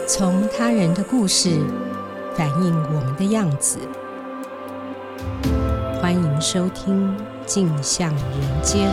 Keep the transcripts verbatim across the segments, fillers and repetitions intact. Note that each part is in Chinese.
从他人的故事反映我们的样子。欢迎收听《镜像人间》。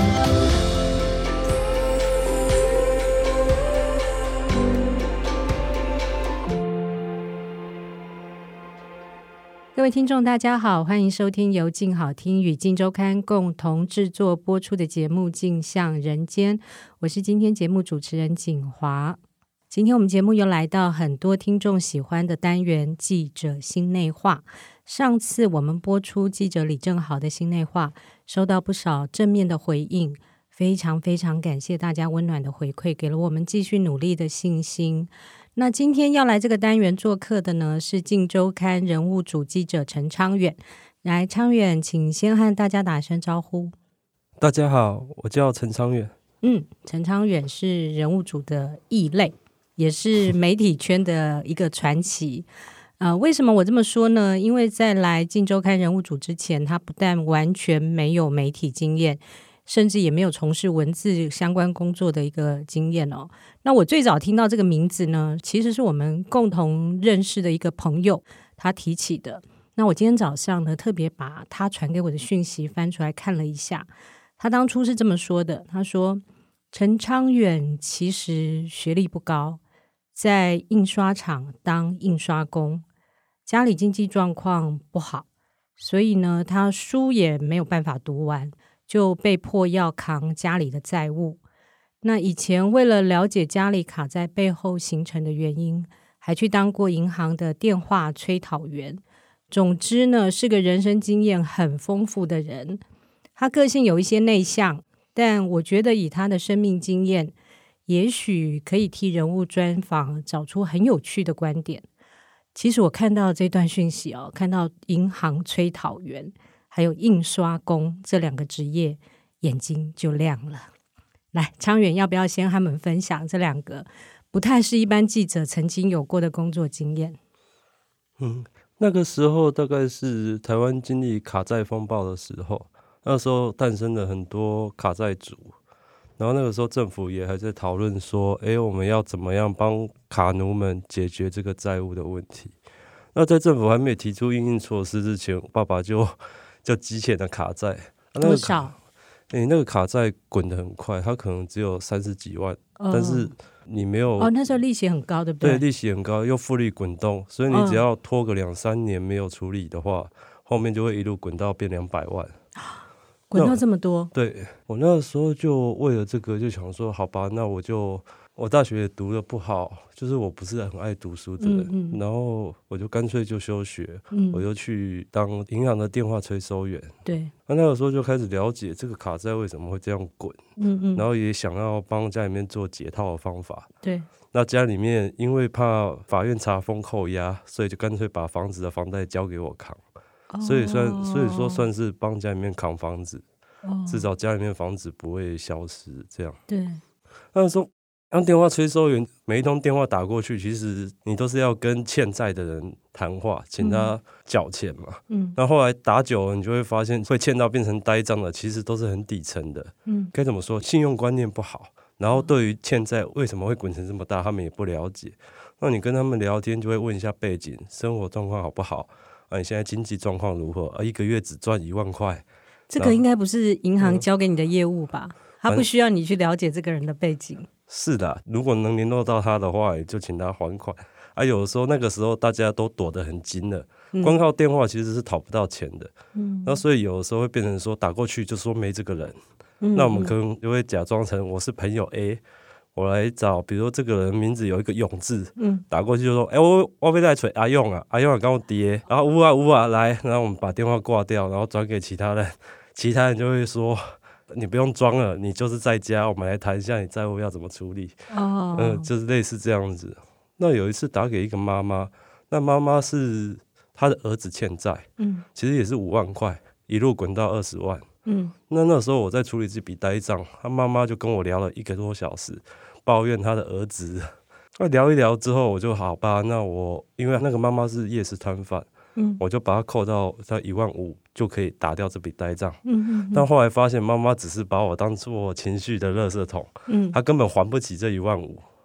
各位听众大家好，欢迎收听由镜好听与镜周刊共同制作播出的节目《镜像人间》，我是今天节目主持人景华。今天我们节目又来到很多听众喜欢的单元记者心内话。上次我们播出记者李正豪的心内话，收到不少正面的回应，非常非常感谢大家温暖的回馈，给了我们继续努力的信心。那今天要来这个单元做客的呢，是镜周刊人物组记者陈昌远。来，昌远，请先和大家打声招呼。 大家好，我叫陈昌远。 嗯，陈昌远是人物组的异类，也是媒体圈的一个传奇。呃，为什么我这么说呢？因为在来镜周刊人物组之前，他不但完全没有媒体经验，甚至也没有从事文字相关工作的一个经验哦。那我最早听到这个名字呢，其实是我们共同认识的一个朋友他提起的。那我今天早上呢，特别把他传给我的讯息翻出来看了一下。他当初是这么说的，他说陈昌远其实学历不高，在印刷厂当印刷工，家里经济状况不好，所以呢他书也没有办法读完，就被迫要扛家里的债务。那以前为了了解家里卡在背后形成的原因，还去当过银行的电话催讨员。总之呢，是个人生经验很丰富的人。他个性有一些内向，但我觉得以他的生命经验，也许可以替人物专访找出很有趣的观点。其实我看到这段讯息哦，看到银行催讨员还有印刷工这两个职业，眼睛就亮了。来，昌远要不要先和他们分享这两个不太是一般记者曾经有过的工作经验？ 嗯，那个时候大概是台湾经历卡债风暴的时候，那时候诞生了很多卡债族，然后那个时候政府也还在讨论说，哎，我们要怎么样帮卡奴们解决这个债务的问题。那在政府还没有提出因应措施之前，爸爸就就积欠的卡债，那个多少？ 欸、那个卡债滚得很快，它可能只有三十几万，哦、但是你没有哦，那时候利息很高，对不对？ 对，利息很高，又复利滚动，所以你只要拖个两三年没有处理的话，嗯、后面就会一路滚到变两百万， 滚到这么多。 对，我那时候就为了这个就想说，好吧，那我就我大学也读得不好，就是我不是很爱读书的人，嗯嗯、然后我就干脆就休学，嗯、我就去当银行的电话催收员。 对， 那那个时候就开始了解这个卡债为什么会这样滚，嗯嗯，然后也想要帮家里面做解套的方法。 对， 那家里面因为怕法院查封扣押，所以就干脆把房子的房贷交给我扛，哦、所以算所以说算是帮家里面扛房子，哦、至少家里面房子不会消失。这样， 对， 那时候当电话催收员，每一通电话打过去，其实你都是要跟欠债的人谈话，请他缴钱嘛。嗯，那后来打久了，你就会发现会欠到变成呆账的，其实都是很底层的。嗯，该怎么说？信用观念不好，然后对于欠债为什么会滚成这么大，他们也不了解。那你跟他们聊天，就会问一下背景、生活状况好不好啊？你现在经济状况如何啊？一个月只赚一万块， 这个应该不是银行交给你的业务吧？嗯、他不需要你去了解这个人的背景。 是的，如果能联络到他的话，也就请他还款啊。有的时候那个时候大家都躲得很精了，嗯、光靠电话其实是讨不到钱的。嗯，那所以有的时候会变成说打过去就说没这个人，嗯、那我们可能就会假装成我是朋友 A， 我来找，比如说这个人名字有一个勇字，嗯，打过去就说，哎、欸，我我要来找阿勇啊，阿勇啊跟我爹，然后呜啊呜啊来，然后我们把电话挂掉，然后转给其他人，其他人就会说。你不用装了，你就是在家，我们来谈一下你债务要怎么处理。哦，嗯，就是类似这样子。那有一次打给一个妈妈，那妈妈是她的儿子欠债，嗯，其实也是五万块，一路滚到二十万，嗯，那那时候我在处理这笔呆账，她妈妈就跟我聊了一个多小时，抱怨她的儿子。那聊一聊之后，我就好吧，那我因为那个妈妈是夜市摊贩。嗯，我就把它扣到在一万五，就可以打掉这笔呆账。嗯嗯嗯。但后来发现妈妈只是把我当做情绪的垃圾桶，嗯，她根本还不起这一万五。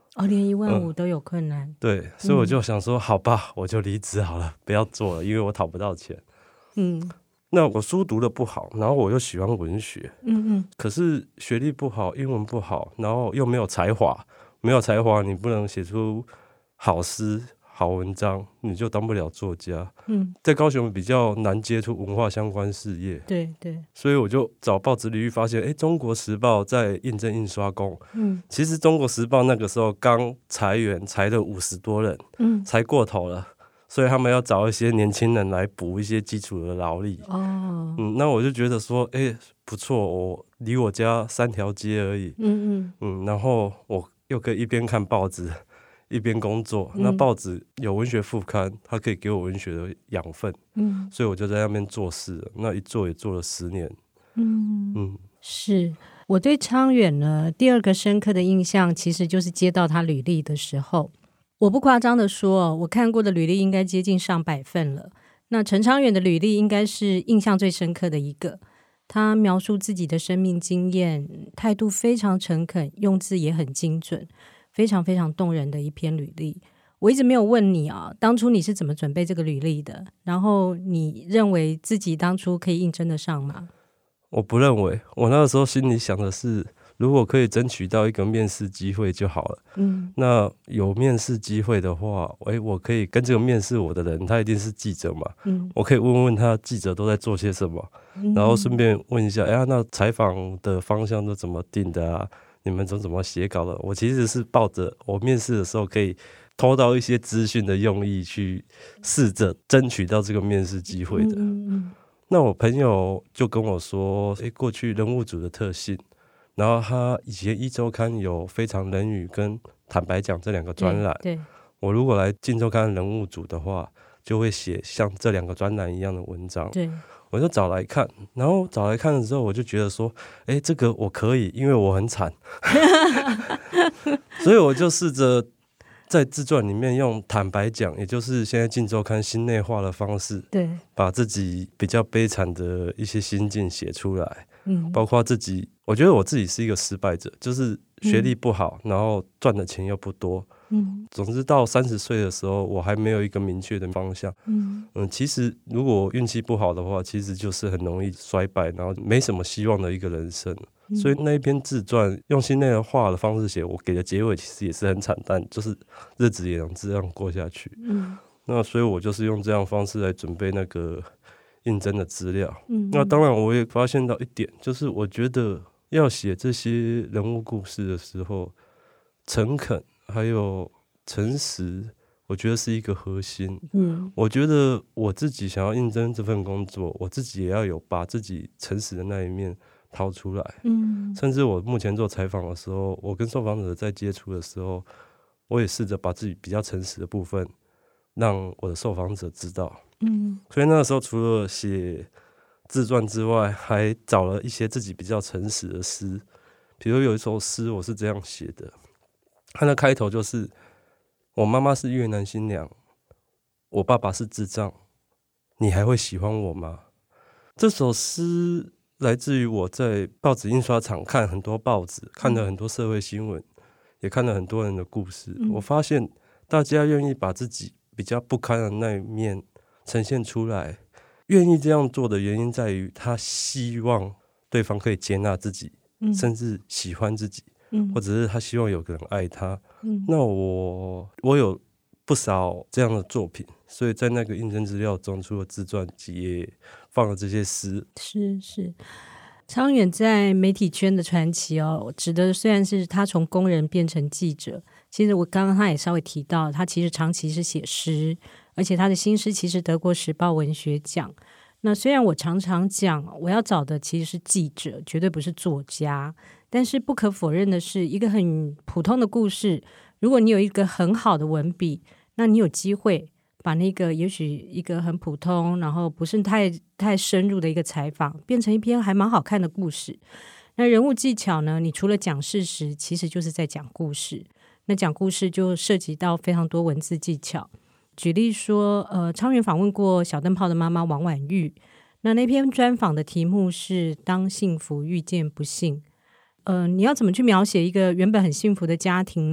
哦，连一万五都有困难、 嗯、对，所以我就想说、嗯、好吧，我就离职好了，不要做了，因为我讨不到钱。嗯，那我书读的不好，然后我又喜欢文学，嗯嗯，可是学历不好，英文不好，然后又没有才华，没有才华你不能写出好诗好文章，你就当不了作家。嗯，在高雄比较难接触文化相关事业， 对对， 所以我就找报纸履历，发现哎，中国时报在应征印刷工。嗯，其实中国时报那个时候刚裁员，裁了五十多人，嗯，裁过头了，所以他们要找一些年轻人来补一些基础的劳力。哦，嗯，那我就觉得说，哎，不错，我离我家三条街而已。嗯嗯嗯，然后我又可以一边看报纸一边工作，那报纸有文学副刊，它可以给我文学的养分，嗯，所以我就在那边做事了，那一做也做了十年。 嗯嗯，是我对昌远呢第二个深刻的印象，其实就是接到他履历的时候，我不夸张的说，我看过的履历应该接近上百份了。那陈昌远的履历应该是印象最深刻的一个，他描述自己的生命经验，态度非常诚恳，用字也很精准。非常非常动人的一篇履历。我一直没有问你啊，当初你是怎么准备这个履历的？然后你认为自己当初可以应征得上吗？ 我不认为，我那个时候心里想的是，如果可以争取到一个面试机会就好了。嗯，那有面试机会的话，诶，我可以跟这个面试我的人，他一定是记者嘛，嗯，我可以问问他记者都在做些什么，嗯，然后顺便问一下，哎呀，那采访的方向都怎么定的啊？你们都怎么写稿的？我其实是抱着我面试的时候可以偷到一些资讯的用意去试着争取到这个面试机会的。嗯嗯，那我朋友就跟我说，诶，过去人物组的特性，然后他以前一周刊有非常人语跟坦白讲这两个专栏， 对，对， 我如果来镜周刊人物组的话，就会写像这两个专栏一样的文章。 对， 我就找来看，然后找来看的时候，我就觉得说，哎，这个我可以，因为我很惨，所以我就试着在自传里面用坦白讲，也就是现在镜周刊心内化的方式， 对， 把自己比较悲惨的一些心境写出来，嗯，包括自己，我觉得我自己是一个失败者，就是学历不好，嗯，然后赚的钱又不多。嗯，总之到三十岁的时候，我还没有一个明确的方向。嗯嗯，其实如果运气不好的话，其实就是很容易衰败，然后没什么希望的一个人生。嗯，所以那一篇自传用心内化的方式写，我给的结尾其实也是很惨淡，就是日子也能这样过下去。嗯，那所以我就是用这样的方式来准备那个应征的资料。嗯，那当然我也发现到一点，就是我觉得要写这些人物故事的时候，诚恳还有诚实，我觉得是一个核心。嗯，我觉得我自己想要应征这份工作，我自己也要有把自己诚实的那一面掏出来。嗯，甚至我目前做采访的时候，我跟受访者在接触的时候，我也试着把自己比较诚实的部分让我的受访者知道。嗯，所以那个时候除了写自传之外，还找了一些自己比较诚实的诗。比如有一首诗我是这样写的，它的开头就是我妈妈是越南新娘，我爸爸是智障，你还会喜欢我吗？这首诗来自于我在报纸印刷厂看很多报纸，看了很多社会新闻，也看了很多人的故事。嗯，我发现大家愿意把自己比较不堪的那一面呈现出来，愿意这样做的原因在于他希望对方可以接纳自己，嗯，甚至喜欢自己，嗯，或者是他希望有个人爱他。嗯，那我我有不少这样的作品，所以在那个应征资料中，除了自传集也放了这些诗。 是是，昌远在媒体圈的传奇哦，指的虽然是他从工人变成记者，其实我刚刚他也稍微提到，他其实长期是写诗，而且他的新诗其实得过时报文学奖。那虽然我常常讲我要找的其实是记者，绝对不是作家，但是不可否认的是，一个很普通的故事，如果你有一个很好的文笔，那你有机会把那个也许一个很普通，然后不是太太深入的一个采访，变成一篇还蛮好看的故事。那人物技巧呢，你除了讲事实，其实就是在讲故事。那讲故事就涉及到非常多文字技巧。举例说，呃，昌远访问过小灯泡的妈妈王婉玉，那那篇专访的题目是当幸福遇见不幸。呃，你要怎么去描写一个原本很幸福的家庭呢？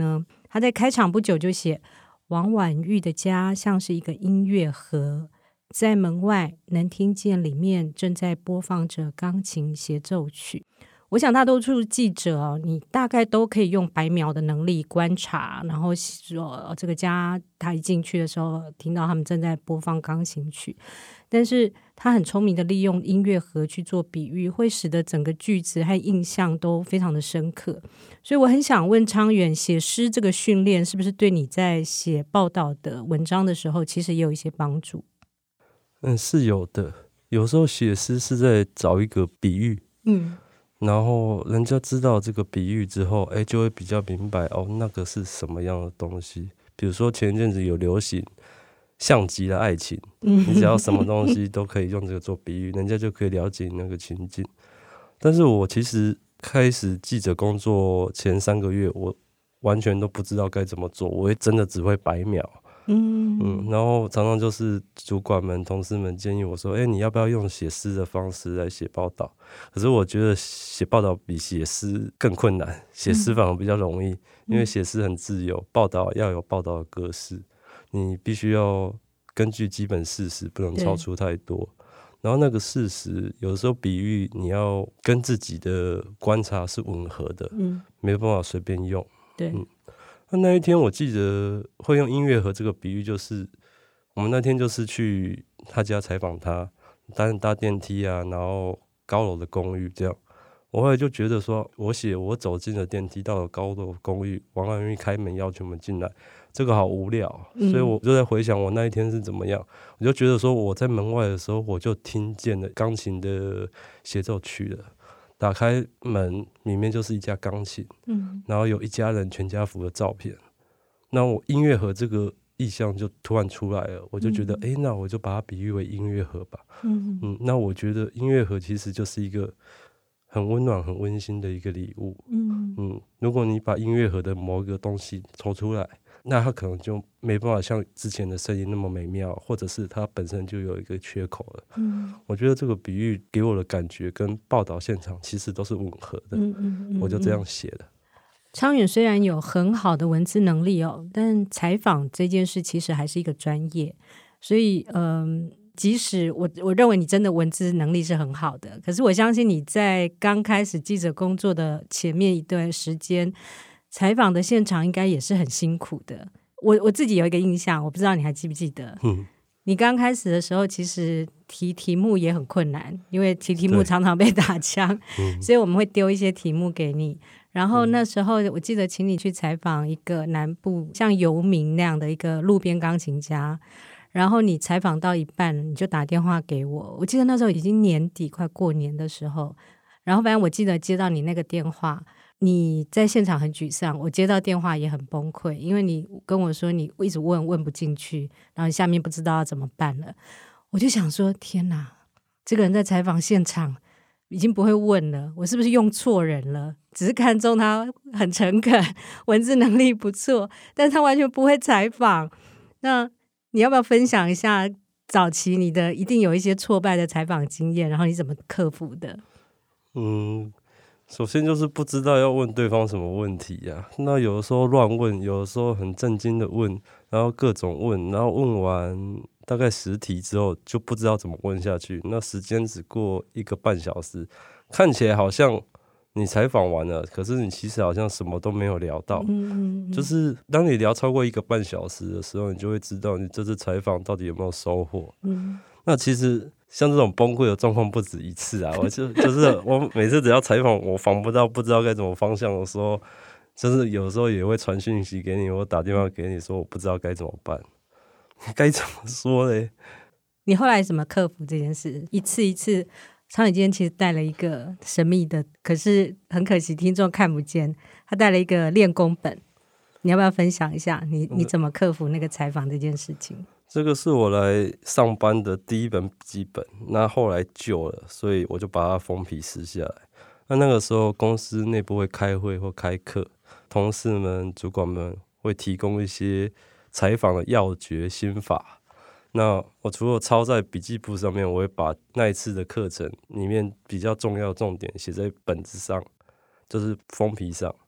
他在开场不久就写，王婉玉的家像是一个音乐盒，在门外能听见里面正在播放着钢琴协奏曲。我想大多数记者、哦、你大概都可以用白描的能力观察，然后说这个家他一进去的时候听到他们正在播放钢琴曲，但是他很聪明的利用音乐盒去做比喻，会使得整个句子和印象都非常的深刻。所以我很想问昌远，写诗这个训练是不是对你在写报道的文章的时候其实也有一些帮助？ 嗯，是有的。有时候写诗是在找一个比喻，嗯，然后人家知道这个比喻之后，哎，就会比较明白哦，那个是什么样的东西。比如说前一阵子有流行像极了爱情，你只要什么东西都可以用这个做比喻，人家就可以了解那个情境。但是我其实开始记者工作前三个月，我完全都不知道该怎么做，我会真的只会白描。嗯嗯，然后常常就是主管们、同事们建议我说：“哎、欸，你要不要用写诗的方式来写报道？”可是我觉得写报道比写诗更困难，写诗反而比较容易，嗯、因为写诗很自由，报道要有报道的格式，你必须要根据基本事实，不能超出太多。然后那个事实，有的时候比喻你要跟自己的观察是吻合的，嗯，没办法随便用， 对。嗯那那一天我记得会用音乐盒这个比喻，就是我们那天就是去他家采访他，搭搭电梯啊，然后高楼的公寓这样。我后来就觉得说，我写我走进了电梯，到了高楼公寓，王婉玉开门邀请我们进来，这个好无聊，嗯、所以我就在回想我那一天是怎么样。我就觉得说，我在门外的时候，我就听见了钢琴的协奏曲了。打开门，里面就是一架钢琴，嗯，然后有一家人全家福的照片。那我音乐盒这个意象就突然出来了，我就觉得，哎、嗯欸，那我就把它比喻为音乐盒吧。嗯嗯，那我觉得音乐盒其实就是一个很温暖、很温馨的一个礼物。嗯嗯，如果你把音乐盒的某一个东西抽出来，那它可能就没办法像之前的声音那么美妙，或者是它本身就有一个缺口了。嗯，我觉得这个比喻给我的感觉跟报道现场其实都是吻合的。嗯嗯嗯，我就这样写的。 昌远虽然有很好的文字能力哦，但采访这件事其实还是一个专业，所以嗯、呃，即使我我认为你真的文字能力是很好的，可是我相信你在刚开始记者工作的前面一段时间，采访的现场应该也是很辛苦的。我我自己有一个印象，我不知道你还记不记得？嗯，你刚开始的时候，其实提题目也很困难，因为提题目常常被打枪，嗯、所以我们会丢一些题目给你。然后那时候我记得请你去采访一个南部像游民那样的一个路边钢琴家，然后你采访到一半，你就打电话给我。我记得那时候已经年底快过年的时候，然后反正我记得接到你那个电话，你在现场很沮丧，我接到电话也很崩溃，因为你跟我说你一直问问不进去，然后下面不知道要怎么办了。我就想说天哪，这个人在采访现场已经不会问了，我是不是用错人了？只是看中他很诚恳，文字能力不错，但他完全不会采访。那你要不要分享一下早期你的一定有一些挫败的采访经验，然后你怎么克服的？ 嗯，首先就是不知道要问对方什么问题啊，那有的时候乱问，有的时候很震惊的问，然后各种问，然后问完大概十题之后就不知道怎么问下去，那时间只过一个半小时，看起来好像你采访完了，可是你其实好像什么都没有聊到。嗯嗯嗯，就是当你聊超过一个半小时的时候，你就会知道你这次采访到底有没有收获。嗯，那其实像这种崩溃的状况不止一次啊，我就就是我每次只要采访我访不到不知道该怎么方向的时候，就是有时候也会传讯息给你，我打电话给你说我不知道该怎么办，该怎么说嘞？ 你后来怎么克服这件事？一次一次。昌远今天其实带了一个神秘的，可是很可惜听众看不见，他带了一个练功本，你要不要分享一下你你怎么克服那个采访这件事情？ 这个是我来上班的第一本笔记本，那后来旧了，所以我就把它封皮撕下来。那那个时候公司内部会开会或开课，同事们主管们会提供一些采访的要诀心法，那我除了抄在笔记簿上面，我会把那一次的课程里面比较重要的重点写在本子上，就是封皮上。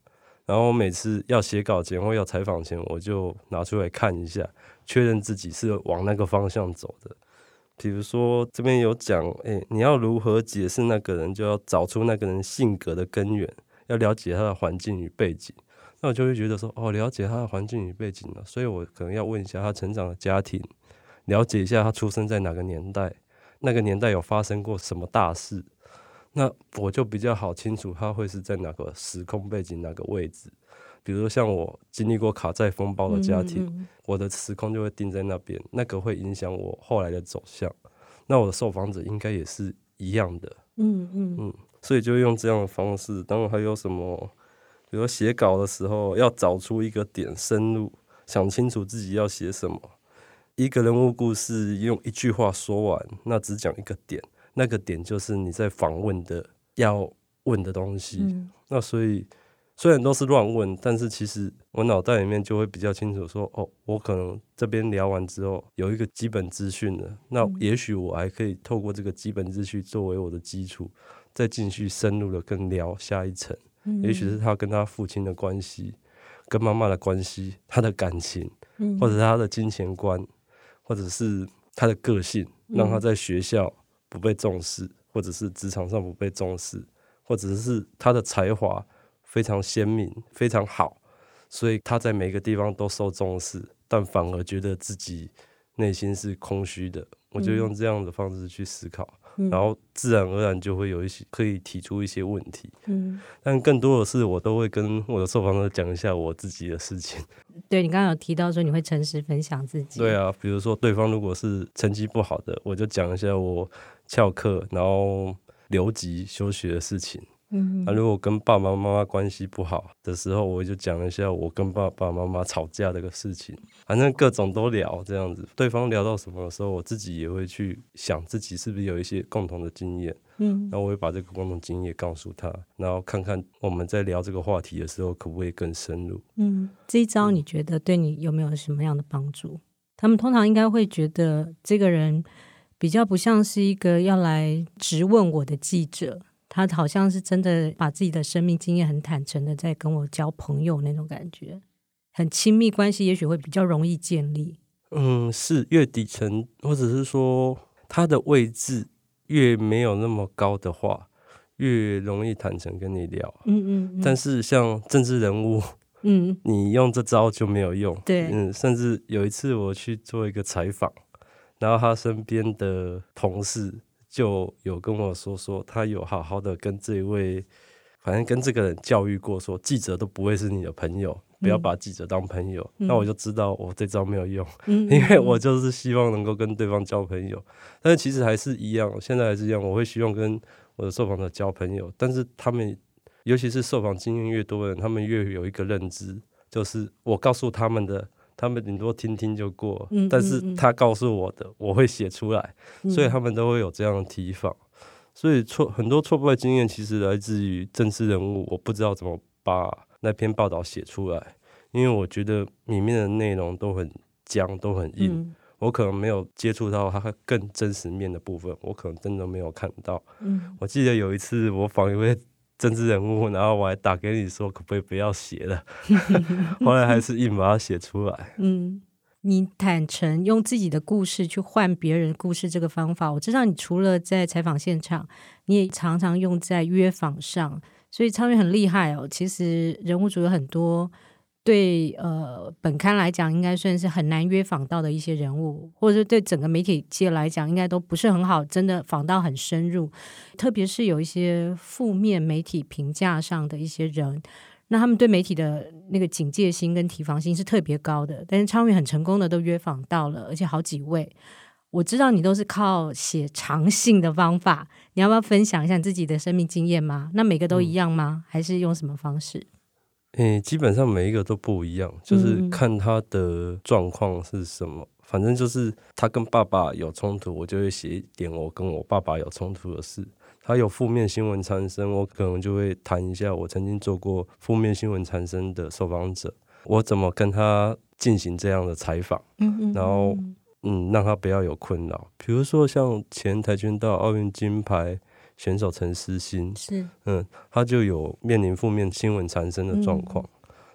然后每次要写稿前或要采访前，我就拿出来看一下，确认自己是往那个方向走的。比如说这边有讲，哎，你要如何解释那个人，就要找出那个人性格的根源，要了解他的环境与背景。那我就会觉得说，哦，了解他的环境与背景了，所以我可能要问一下他成长的家庭，了解一下他出生在哪个年代，那个年代有发生过什么大事，那我就比较好清楚他会是在哪个时空背景哪个位置。比如说像我经历过卡债风暴的家庭，嗯嗯嗯我的时空就会定在那边，那个会影响我后来的走向。那我的受访者应该也是一样的，嗯嗯嗯，所以就用这样的方式。当然还有什么，比如说写稿的时候要找出一个点深入，想清楚自己要写什么。一个人物故事用一句话说完，那只讲一个点，那个点就是你在访问的要问的东西。嗯、那所以虽然都是乱问，但是其实我脑袋里面就会比较清楚说，哦，我可能这边聊完之后有一个基本资讯了，那也许我还可以透过这个基本资讯作为我的基础，再继续深入的更聊下一层。嗯、也许是他跟他父亲的关系，跟妈妈的关系，他的感情，或者是他的金钱观，或者是他的个性，让他在学校不被重视，或者是职场上不被重视，或者是他的才华非常鲜明非常好，所以他在每个地方都受重视，但反而觉得自己内心是空虚的。我就用这样的方式去思考、嗯、然后自然而然就会有一些可以提出一些问题、嗯、但更多的是我都会跟我的受访者讲一下我自己的事情。 对，你刚刚有提到说你会诚实分享自己。 对啊，比如说对方如果是成绩不好的，我就讲一下我翘课然后留级休学的事情。嗯，啊、如果跟爸爸妈妈关系不好的时候，我就讲一下我跟爸爸妈妈吵架这个事情，反正各种都聊这样子。对方聊到什么的时候，我自己也会去想自己是不是有一些共同的经验，嗯，然后我会把这个共同经验告诉他，然后看看我们在聊这个话题的时候可不可以更深入。 嗯，这一招你觉得对你有没有什么样的帮助？他们通常应该会觉得这个人比较不像是一个要来质问我的记者，他好像是真的把自己的生命经验很坦诚的在跟我交朋友那种感觉，很亲密关系也许会比较容易建立。 嗯，是越底层或者是说他的位置越没有那么高的话，越容易坦诚跟你聊。嗯嗯嗯。但是像政治人物，嗯，你用这招就没有用。 对， 嗯，甚至有一次我去做一个采访，然后他身边的同事就有跟我说说他有好好的跟这位反正跟这个人教育过，说记者都不会是你的朋友，不要把记者当朋友、嗯、那我就知道我这招没有用、嗯、因为我就是希望能够跟对方交朋友，但是其实还是一样，现在还是一样，我会希望跟我的受访者交朋友，但是他们尤其是受访经验越多的人，他们越有一个认知，就是我告诉他们的他们顶多听听就过、嗯、但是他告诉我的我会写出来、嗯、所以他们都会有这样的提防。所以错很多挫败经验其实来自于政治人物，我不知道怎么把那篇报道写出来，因为我觉得里面的内容都很僵都很硬、嗯、我可能没有接触到它更真实面的部分，我可能真的没有看到、嗯、我记得有一次我访一位政治人物，然后我还打给你说可不可以不要写了后来还是硬把它写出来。 嗯，你坦诚用自己的故事去换别人的故事这个方法，我知道你除了在采访现场，你也常常用在约访上，所以昌钰很厉害哦。其实人物组有很多对呃本刊来讲应该算是很难约访到的一些人物，或者是对整个媒体界来讲应该都不是很好真的访到很深入，特别是有一些负面媒体评价上的一些人，那他们对媒体的那个警戒心跟提防心是特别高的，但是昌钰很成功的都约访到了，而且好几位。我知道你都是靠写长信的方法，你要不要分享一下你自己的生命经验吗？那每个都一样吗、嗯、还是用什么方式？ 欸、基本上每一个都不一样，就是看他的状况是什么、嗯、反正就是他跟爸爸有冲突，我就会写一点我跟我爸爸有冲突的事，他有负面新闻产生，我可能就会谈一下我曾经做过负面新闻产生的受访者，我怎么跟他进行这样的采访、嗯嗯嗯、然后嗯让他不要有困扰。比如说像前跆拳道奥运金牌选手陈思欣，是嗯，他就有面临负面新闻产生的状况、嗯，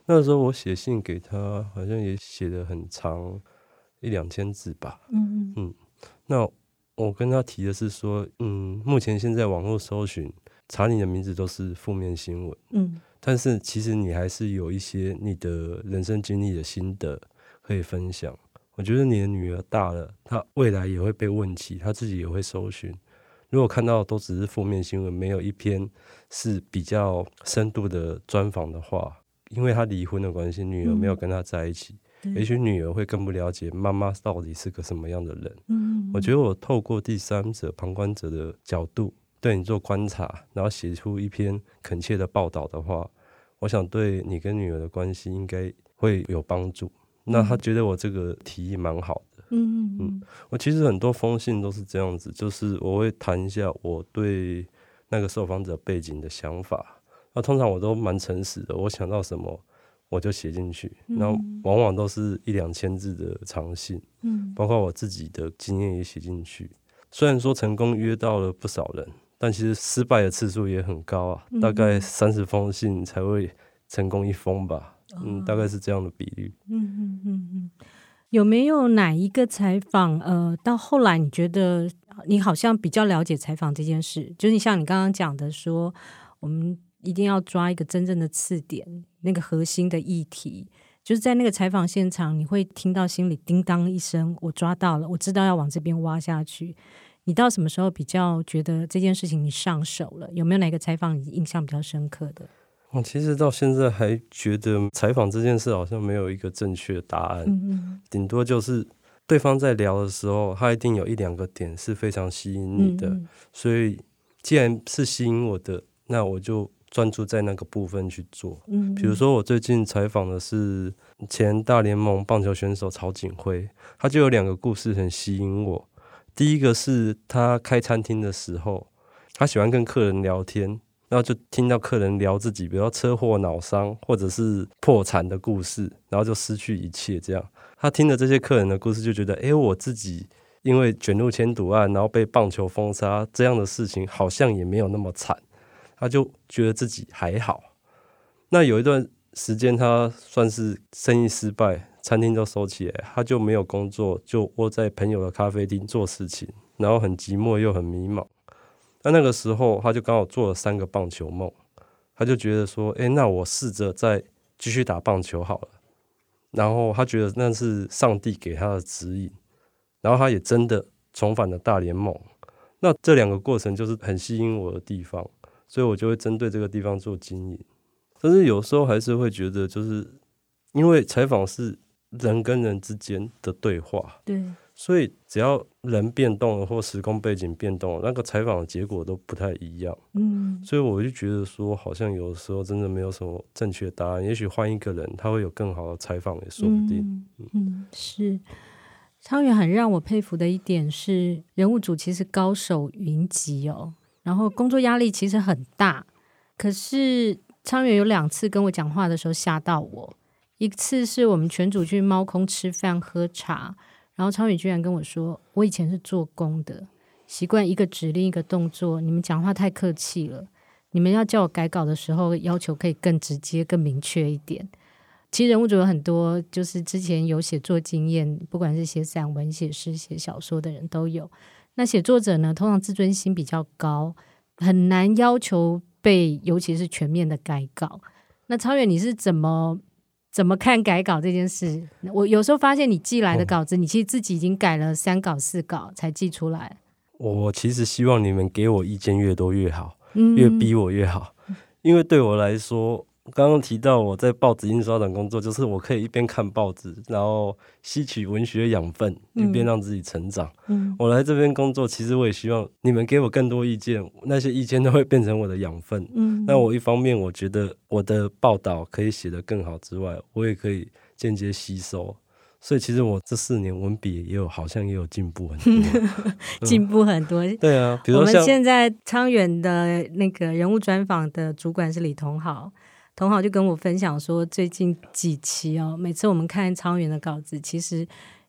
那时候我写信给他，好像也写得很长，一两千字吧。嗯嗯。那我跟他提的是说，嗯，目前现在网络搜寻查你的名字都是负面新闻，嗯，但是其实你还是有一些你的人生经历的心得可以分享。我觉得你的女儿大了，她未来也会被问起，她自己也会搜寻。如果看到都只是负面新闻，没有一篇是比较深度的专访的话，因为她离婚的关系，女儿没有跟她在一起，嗯，也许女儿会更不了解妈妈到底是个什么样的人。嗯，我觉得我透过第三者旁观者的角度对你做观察，然后写出一篇恳切的报道的话，我想对你跟女儿的关系应该会有帮助。那他觉得我这个提议蛮好的。嗯嗯，我其实很多封信都是这样子，就是我会谈一下我对那个受访者背景的想法，那通常我都蛮诚实的，我想到什么我就写进去，然后往往都是一两千字的长信，嗯，包括我自己的经验也写进去。虽然说成功约到了不少人，但其实失败的次数也很高啊，大概三十封信才会成功一封吧。嗯，大概是这样的比率。嗯嗯嗯嗯，有没有哪一个采访，呃，到后来你觉得你好像比较了解采访这件事？就是像你刚刚讲的说，我们一定要抓一个真正的刺点，那个核心的议题，就是在那个采访现场，你会听到心里叮当一声，我抓到了，我知道要往这边挖下去。你到什么时候比较觉得这件事情你上手了？有没有哪个采访你印象比较深刻的？ 我其实到现在还觉得采访这件事好像没有一个正确的答案，嗯，顶多就是对方在聊的时候，他一定有一两个点是非常吸引你的，嗯，所以既然是吸引我的，那我就专注在那个部分去做。嗯，比如说我最近采访的是前大联盟棒球选手曹锦辉，他就有两个故事很吸引我。第一个是他开餐厅的时候，他喜欢跟客人聊天，然后就听到客人聊自己比如说车祸脑伤或者是破产的故事，然后就失去一切这样。他听了这些客人的故事就觉得，诶，我自己因为卷入签赌案然后被棒球封杀这样的事情好像也没有那么惨，他就觉得自己还好。那有一段时间他算是生意失败，餐厅都收起来，他就没有工作，就窝在朋友的咖啡厅做事情，然后很寂寞又很迷茫。那那个时候他就刚好做了三个棒球梦，他就觉得说，诶，那我试着再继续打棒球好了。然后他觉得那是上帝给他的指引，然后他也真的重返了大联盟。那这两个过程就是很吸引我的地方，所以我就会针对这个地方做经营。但是有时候还是会觉得，就是因为采访是人跟人之间的对话，对，所以只要人变动了或时空背景变动了，那个采访的结果都不太一样。嗯，所以我就觉得说，好像有时候真的没有什么正确答案，也许换一个人他会有更好的采访也说不定。 嗯，嗯嗯是。昌远很让我佩服的一点是，人物组其实高手云集哦，然后工作压力其实很大，可是昌远有两次跟我讲话的时候吓到我。一次是我们全组去猫空吃饭喝茶，然后昌远居然跟我说，我以前是做工的，习惯一个指令一个动作，你们讲话太客气了，你们要叫我改稿的时候要求可以更直接更明确一点。其实人物组有很多就是之前有写作经验，不管是写散文写诗写小说的人都有。那写作者呢通常自尊心比较高，很难要求被尤其是全面的改稿。那超远你是怎么怎么看改稿这件事？我有时候发现你寄来的稿子、哦、你其实自己已经改了三稿四稿才寄出来。 我其实希望你们给我意见越多越好、嗯、越逼我越好，因为对我来说刚刚提到我在报纸印刷厂工作，就是我可以一边看报纸然后吸取文学养分、嗯、一边让自己成长、嗯、我来这边工作其实我也希望你们给我更多意见，那些意见都会变成我的养分、嗯、那我一方面我觉得我的报道可以写得更好之外，我也可以间接吸收，所以其实我这四年文笔也有好像也有进步很多进步很多、嗯、 对啊，比如说像我们现在昌远的那个人物专访的主管是李同豪，同好就跟我分享说，最近几期哦，每次我们看昌远的稿子，其实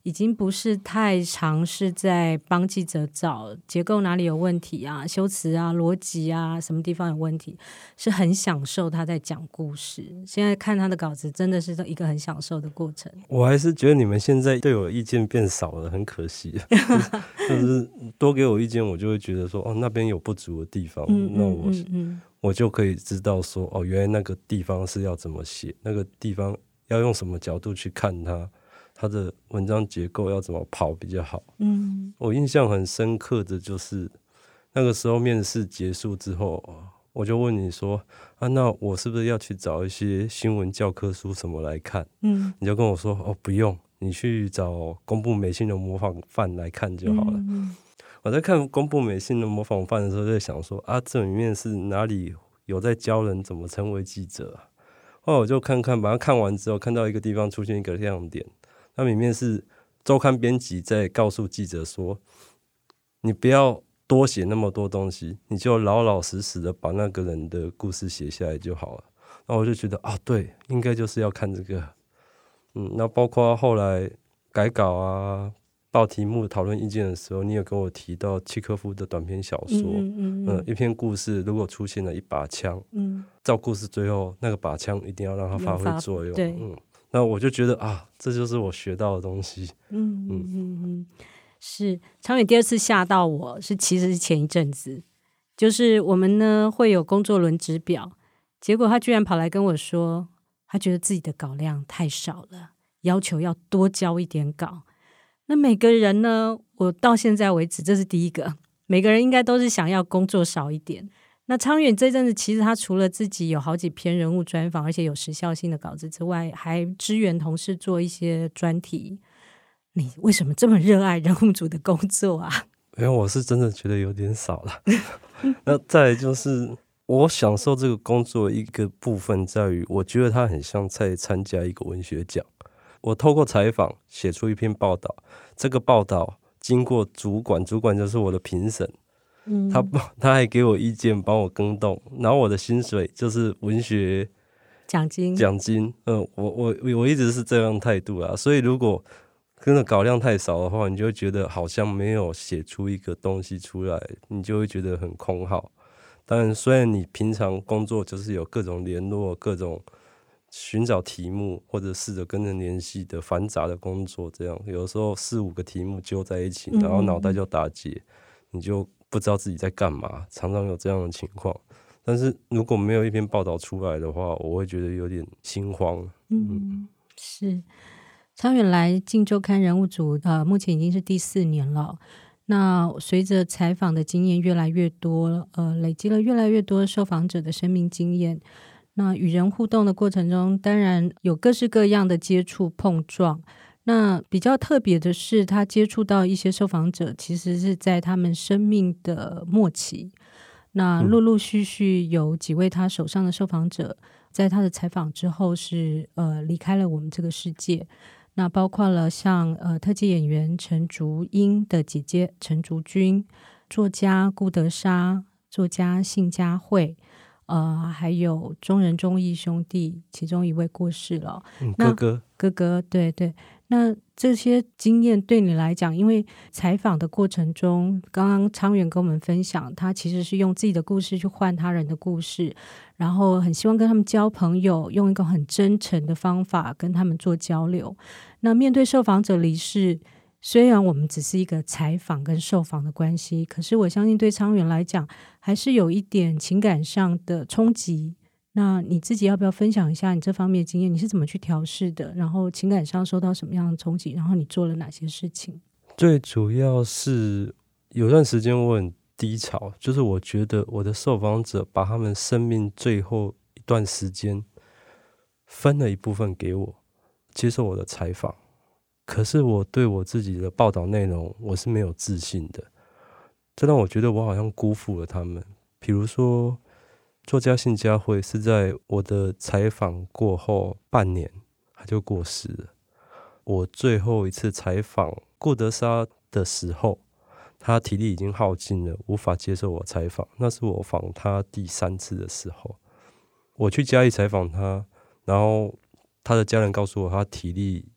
已经不是太尝试在帮记者找结构哪里有问题啊、修辞啊、逻辑啊什么地方有问题，是很享受他在讲故事。现在看他的稿子真的是一个很享受的过程。 我还是觉得你们现在对我意见变少了，很可惜。就是就是多给我意见，我就会觉得说哦，那边有不足的地方，嗯、那我、嗯嗯、我就可以知道说哦，原来那个地方是要怎么写，那个地方要用什么角度去看它，它的文章结构要怎么跑比较好。嗯，我印象很深刻的就是那个时候面试结束之后，我就问你说啊，那我是不是要去找一些新闻教科书什么来看？嗯，你就跟我说哦，不用，你去找公部美信的模仿犯来看就好了。嗯，我在看公部美信的模仿犯的时候，就在想说啊，这里面是哪里有在教人怎么成为记者啊？后来我就看看，把它看完之后，看到一个地方出现一个亮点，它里面是周刊编辑在告诉记者说，你不要多写那么多东西，你就老老实实的把那个人的故事写下来就好了。然后我就觉得啊，对，应该就是要看这个。嗯，那包括后来改稿啊、报题目、讨论意见的时候，你有跟我提到契诃夫的短篇小说，嗯嗯嗯呃、一篇故事如果出现了一把枪，嗯，照故事最后那个把枪一定要让它发挥作用。嗯，那我就觉得啊，这就是我学到的东西。 嗯嗯嗯嗯，是昌远第二次吓到我是其实是前一阵子，就是我们呢会有工作轮值表，结果他居然跑来跟我说，他觉得自己的稿量太少了，要求要多交一点稿。那每个人呢，我到现在为止这是第一个，每个人应该都是想要工作少一点。那昌远这阵子其实他除了自己有好几篇人物专访，而且有时效性的稿子之外，还支援同事做一些专题。你为什么这么热爱人物组的工作啊？ 因为我是真的觉得有点少了。那再来就是我享受这个工作一个部分在于，我觉得它很像在参加一个文学奖。我透过采访写出一篇报道，这个报道经过主管，主管就是我的评审，嗯，他他还给我意见，帮我更动，然后我的薪水就是文学奖金， 奖金。嗯，我我我一直是这样态度啦。所以如果真的稿量太少的话，你就会觉得好像没有写出一个东西出来，你就会觉得很空耗。当然，虽然你平常工作就是有各种联络、各种寻找题目或者试着跟人联系的繁杂的工作，这样有时候四五个题目揪在一起，然后脑袋就打结，你就不知道自己在干嘛，常常有这样的情况。但是如果没有一篇报道出来的话，我会觉得有点心慌。 嗯，嗯是。昌远来《镜周刊》人物组，呃，目前已经是第四年了。那随着采访的经验越来越多，呃，累积了越来越多受访者的生命经验。那与人互动的过程中，当然有各式各样的接触碰撞。那比较特别的是，他接触到一些受访者，其实是在他们生命的末期。那陆陆续续有几位他手上的受访者，在他的采访之后是呃离开了我们这个世界。那包括了像呃特技演员陈竹英的姐姐陈竹君，作家顾德莎，作家信佳慧。呃，还有中人中义兄弟，其中一位过世了。 嗯、哥哥， 哥哥，对对。那这些经验对你来讲，因为采访的过程中，刚刚昌远跟我们分享，他其实是用自己的故事去换他人的故事，然后很希望跟他们交朋友，用一个很真诚的方法跟他们做交流。那面对受访者离世，虽然我们只是一个采访跟受访的关系，可是我相信对昌远来讲还是有一点情感上的冲击。那你自己要不要分享一下你这方面的经验？你是怎么去调试的？然后情感上受到什么样的冲击？然后你做了哪些事情？ 最主要是有段时间我很低潮，就是我觉得我的受访者把他们生命最后一段时间分了一部分给我，接受我的采访。可是我对我自己的报道内容我是没有自信的，这让我觉得我好像辜负了他们。比如说作家信佳慧是在我的采访过后半年他就过世了。我最后一次采访顾德莎的时候，他体力已经耗尽了，无法接受我采访，那是我访他第三次的时候。我去嘉义采访他，然后他的家人告诉我他体力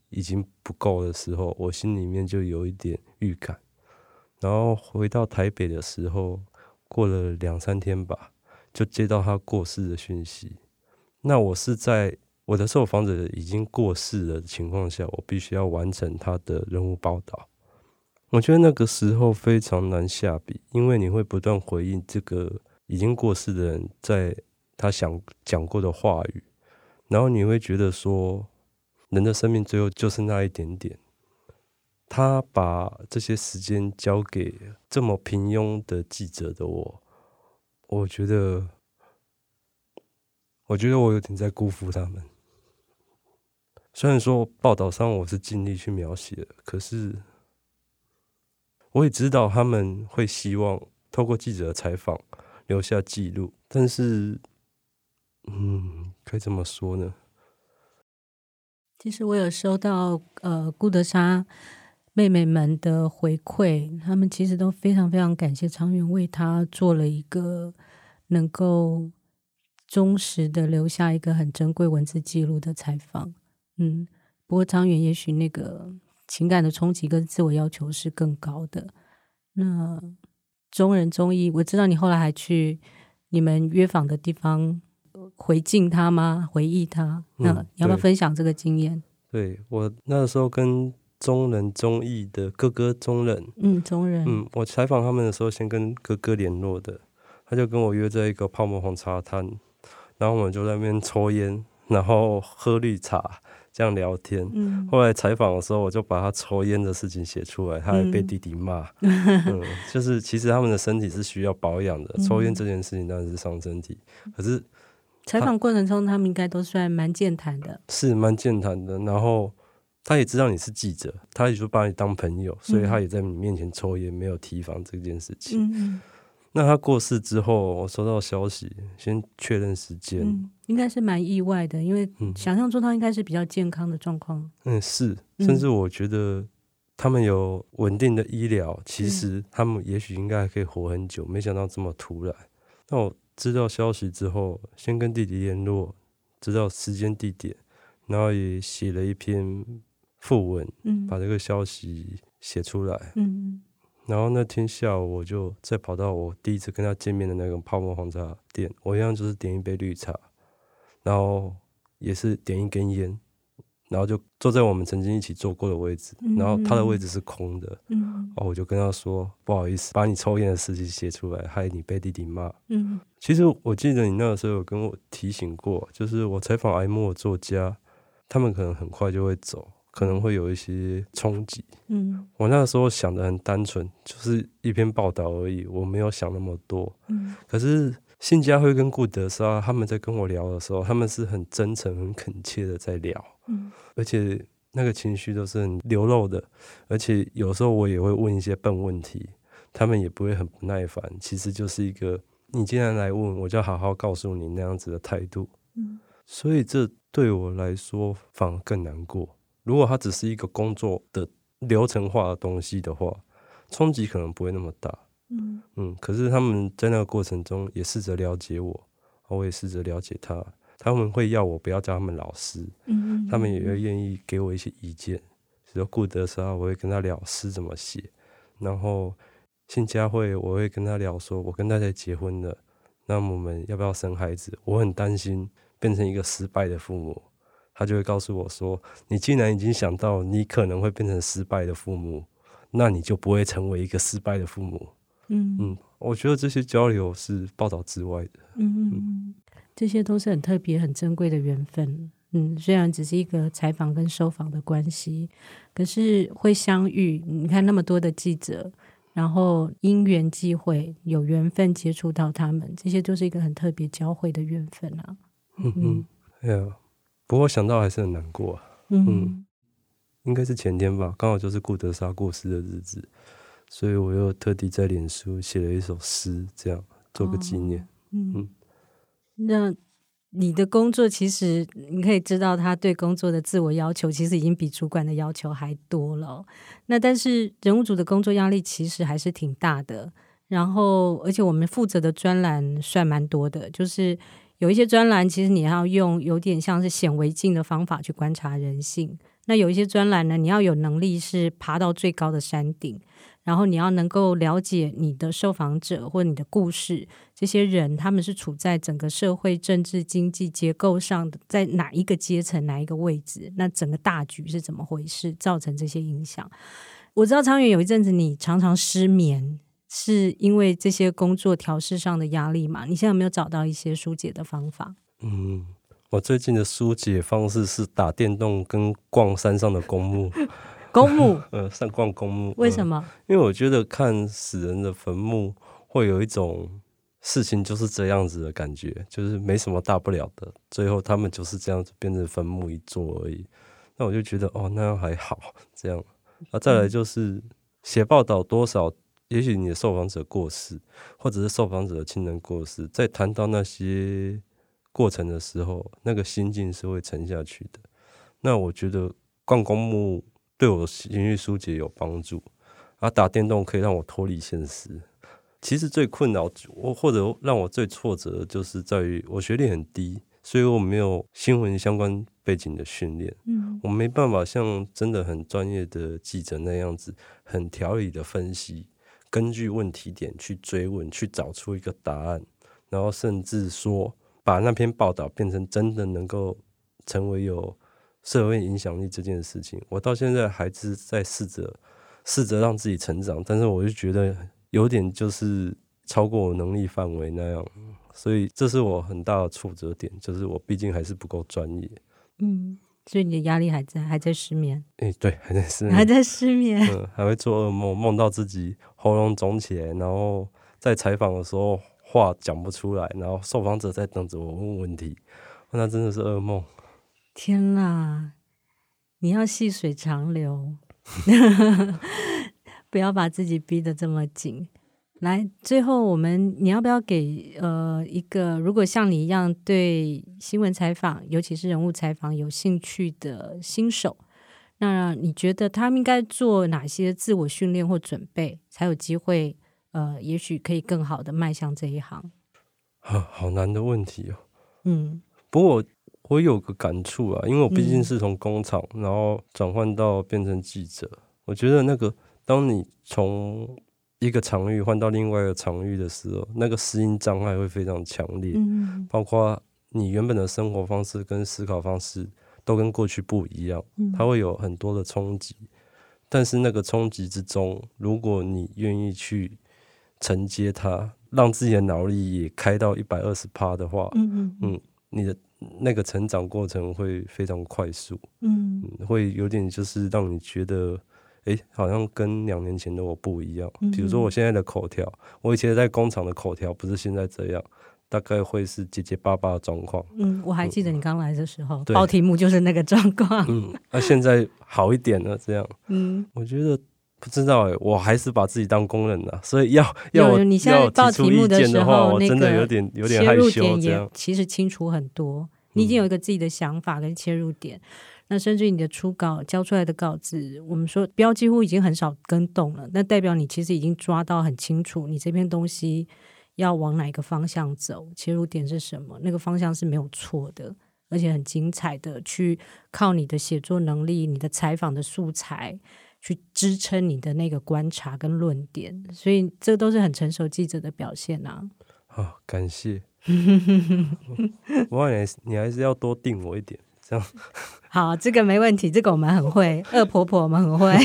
已经不够的时候，我心里面就有一点预感。然后回到台北的时候，过了两三天吧，就接到他过世的讯息。那我是在我的受访者已经过世的情况下，我必须要完成他的人物报道。我觉得那个时候非常难下笔，因为你会不断回应这个已经过世的人在他想讲过的话语，然后你会觉得说，人的生命最后就是那一点点。他把这些时间交给这么平庸的记者的我，我觉得，我觉得我有点在辜负他们。虽然说报道上我是尽力去描写的，可是我也知道他们会希望透过记者的采访留下记录，但是，嗯，该怎么说呢？ 其实我有收到呃顾德莎妹妹们的回馈，他们其实都非常非常感谢昌元为他做了一个能够忠实的留下一个很珍贵文字记录的采访。嗯，不过昌元也许那个情感的冲击跟自我要求是更高的。那中人中义，我知道你后来还去你们约访的地方回敬他吗？回忆他？那你要不要分享这个经验？ 对，我那时候跟中人中义的哥哥中人， 嗯，中人， 嗯，我采访他们的时候，先跟哥哥联络的，他就跟我约在一个泡沫红茶摊，然后我们就在那边抽烟，然后喝绿茶，这样聊天。嗯，后来采访的时候，我就把他抽烟的事情写出来，他还被弟弟骂。嗯, 嗯，就是其实他们的身体是需要保养的，抽烟这件事情当然是伤身体，可是采访过程中他们应该都算蛮健谈的， 是蛮健谈的，然后他也知道你是记者，他也就把你当朋友，所以他也在你面前抽烟，没有提防这件事情。嗯，那他过世之后，我收到消息，先确认时间、嗯， 应该是蛮意外的，因为想象中他应该是比较健康的状况。 嗯，是，甚至我觉得他们有稳定的医疗，其实他们也许应该还可以活很久，没想到这么突然。那我知道消息之后，先跟弟弟联络，知道时间地点，然后也写了一篇讣文、嗯，把这个消息写出来。嗯，然后那天下午我就再跑到我第一次跟他见面的那个泡沫红茶店，我一样就是点一杯绿茶，然后也是点一根烟，然后就坐在我们曾经一起坐过的位置，嗯、然后他的位置是空的。嗯，哦，我就跟他说不好意思，把你抽烟的事情写出来，害你被弟弟骂。嗯，其实我记得你那个时候有跟我提醒过，就是我采访癌末作家，他们可能很快就会走，可能会有一些冲击。嗯，我那个时候想的很单纯，就是一篇报道而已，我没有想那么多。嗯，可是信佳慧跟顾德莎他们在跟我聊的时候，他们是很真诚、很恳切的在聊。嗯，而且那个情绪都是很流露的，而且有时候我也会问一些笨问题，他们也不会很不耐烦，其实就是一个你既然来问，我就好好告诉你那样子的态度。嗯，所以这对我来说反而更难过。如果它只是一个工作的流程化的东西的话，冲击可能不会那么大。嗯嗯，可是他们在那个过程中也试着了解我，我也试着了解他。他们会要我不要叫他们老师，嗯，他们也会愿意给我一些意见。比如说顾德莎，我会跟他聊诗怎么写，然后信佳慧，我会跟他聊说，我跟太太结婚了，那我们要不要生孩子？我很担心变成一个失败的父母。他就会告诉我说，你既然已经想到你可能会变成失败的父母，那你就不会成为一个失败的父母。嗯嗯，我觉得这些交流是报道之外的。嗯嗯，这些都是很特别、很珍贵的缘分。嗯，虽然只是一个采访跟受访的关系，可是会相遇。你看那么多的记者，然后因缘际会有缘分接触到他们，这些就是一个很特别交汇的缘分啊。 嗯嗯，哎呀，不过想到还是很难过、啊。嗯, 嗯，应该是前天吧，刚好就是顾德莎过世的日子，所以我又特地在脸书写了一首诗，这样做个纪念。哦、嗯, 嗯， 那你的工作其实你可以知道，他对工作的自我要求其实已经比主管的要求还多了。那但是人物组的工作压力其实还是挺大的，然后而且我们负责的专栏算蛮多的，就是有一些专栏其实你要用有点像是显微镜的方法去观察人性， 那有一些专栏呢，你要有能力是爬到最高的山顶，然后你要能够了解你的受访者或你的故事，这些人他们是处在整个社会政治经济结构上的在哪一个阶层哪一个位置，那整个大局是怎么回事，造成这些影响。我知道昌远有一阵子你常常失眠，是因为这些工作调试上的压力嘛？你现在有没有找到一些疏解的方法？ 嗯，我最近的疏解方式是打电动跟逛山上的公墓。 公墓呃，上逛公墓。 为什么、呃？ 因为我觉得看死人的坟墓会有一种事情就是这样子的感觉，就是没什么大不了的，最后他们就是这样子变成坟墓一座而已。那我就觉得哦，那样还好这样。啊，再来就是写报道多少，也许你的受访者过世，或者是受访者的亲人过世，在谈到那些过程的时候，那个心境是会沉下去的。那我觉得逛公墓对我情绪疏解有帮助，啊，打电动可以让我脱离现实。其实最困扰我或者让我最挫折的就是在于我学历很低，所以我没有新闻相关背景的训练，嗯，我没办法像真的很专业的记者那样子很条理的分析，根据问题点去追问，去找出一个答案，然后甚至说把那篇报道变成真的能够成为有社会影响力这件事情，我到现在还是在试着试着让自己成长，但是我就觉得有点就是超过我能力范围那样，所以这是我很大的挫折点，就是我毕竟还是不够专业。 嗯，所以你的压力还在，还在失眠。 哎、欸，对，还在失眠， 还在失眠， 嗯，还会做噩梦，梦到自己喉咙肿起来，然后在采访的时候话讲不出来，然后受访者在等着我问问题，那真的是噩梦。 天哪，你要细水长流不要把自己逼得这么紧。来，最后我们你要不要给呃一个如果像你一样对新闻采访尤其是人物采访有兴趣的新手，那你觉得他们应该做哪些自我训练或准备才有机会呃也许可以更好的迈向这一行？ 啊，好难的问题哦。 嗯， 不过我我有个感触啊，因为我毕竟是从工厂、嗯、然后转换到变成记者，我觉得那个当你从一个场域换到另外一个场域的时候，那个适应障碍会非常强烈、嗯、包括你原本的生活方式跟思考方式都跟过去不一样，它会有很多的冲击、嗯、但是那个冲击之中，如果你愿意去承接它，让自己的脑力也开到 百分之一百二十 的话，嗯嗯嗯，你的那个成长过程会非常快速，嗯，嗯会有点就是让你觉得哎，好像跟两年前的我不一样。比如说我现在的口条，我以前在工厂的口条不是现在这样，大概会是结结巴巴的状况。 嗯，我还记得你刚来的时候，报题目就是那个状况。 嗯，那、啊、现在好一点了，这样。嗯，我觉得不知道哎，我还是把自己当工人了，所以要要我你现在报题目的时候， 我真的有点有点害羞。切入点也其实清楚很多，你已经有一个自己的想法跟切入点。嗯，那甚至你的初稿交出来的稿子，我们说标几乎已经很少更动了，那代表你其实已经抓到很清楚你这篇东西要往哪一个方向走，切入点是什么，那个方向是没有错的，而且很精彩的去靠你的写作能力，你的采访的素材去支撑你的那个观察跟论点，所以这都是很成熟记者的表现啊。 啊，感谢我你还是要多定我一点这样。 好，这个没问题，这个我们很会恶婆婆我们很会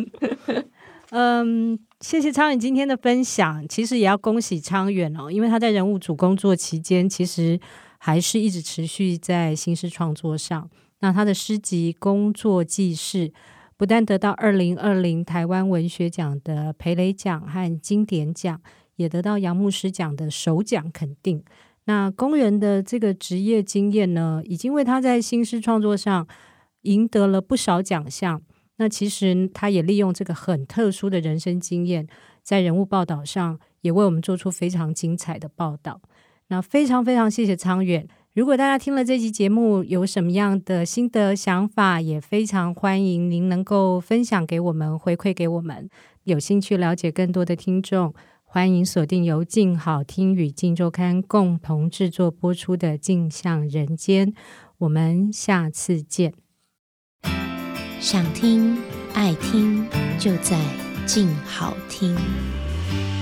嗯，谢谢昌远今天的分享。其实也要恭喜昌远哦，因为他在人物组工作期间其实还是一直持续在新诗创作上。那他的诗集《工作记事》不但得到二零二零台湾文学奖的培雷奖和经典奖，也得到杨牧诗奖的首奖肯定。那工人的这个职业经验呢，已经为他在新诗创作上赢得了不少奖项。那其实他也利用这个很特殊的人生经验，在人物报道上也为我们做出非常精彩的报道。那非常非常谢谢昌远。如果大家听了这期节目有什么样的心得想法，也非常欢迎您能够分享给我们，回馈给我们。有兴趣了解更多的听众，欢迎锁定由静好听与静周刊共同制作播出的镜像人间，我们下次见。 想听爱听就在静好听。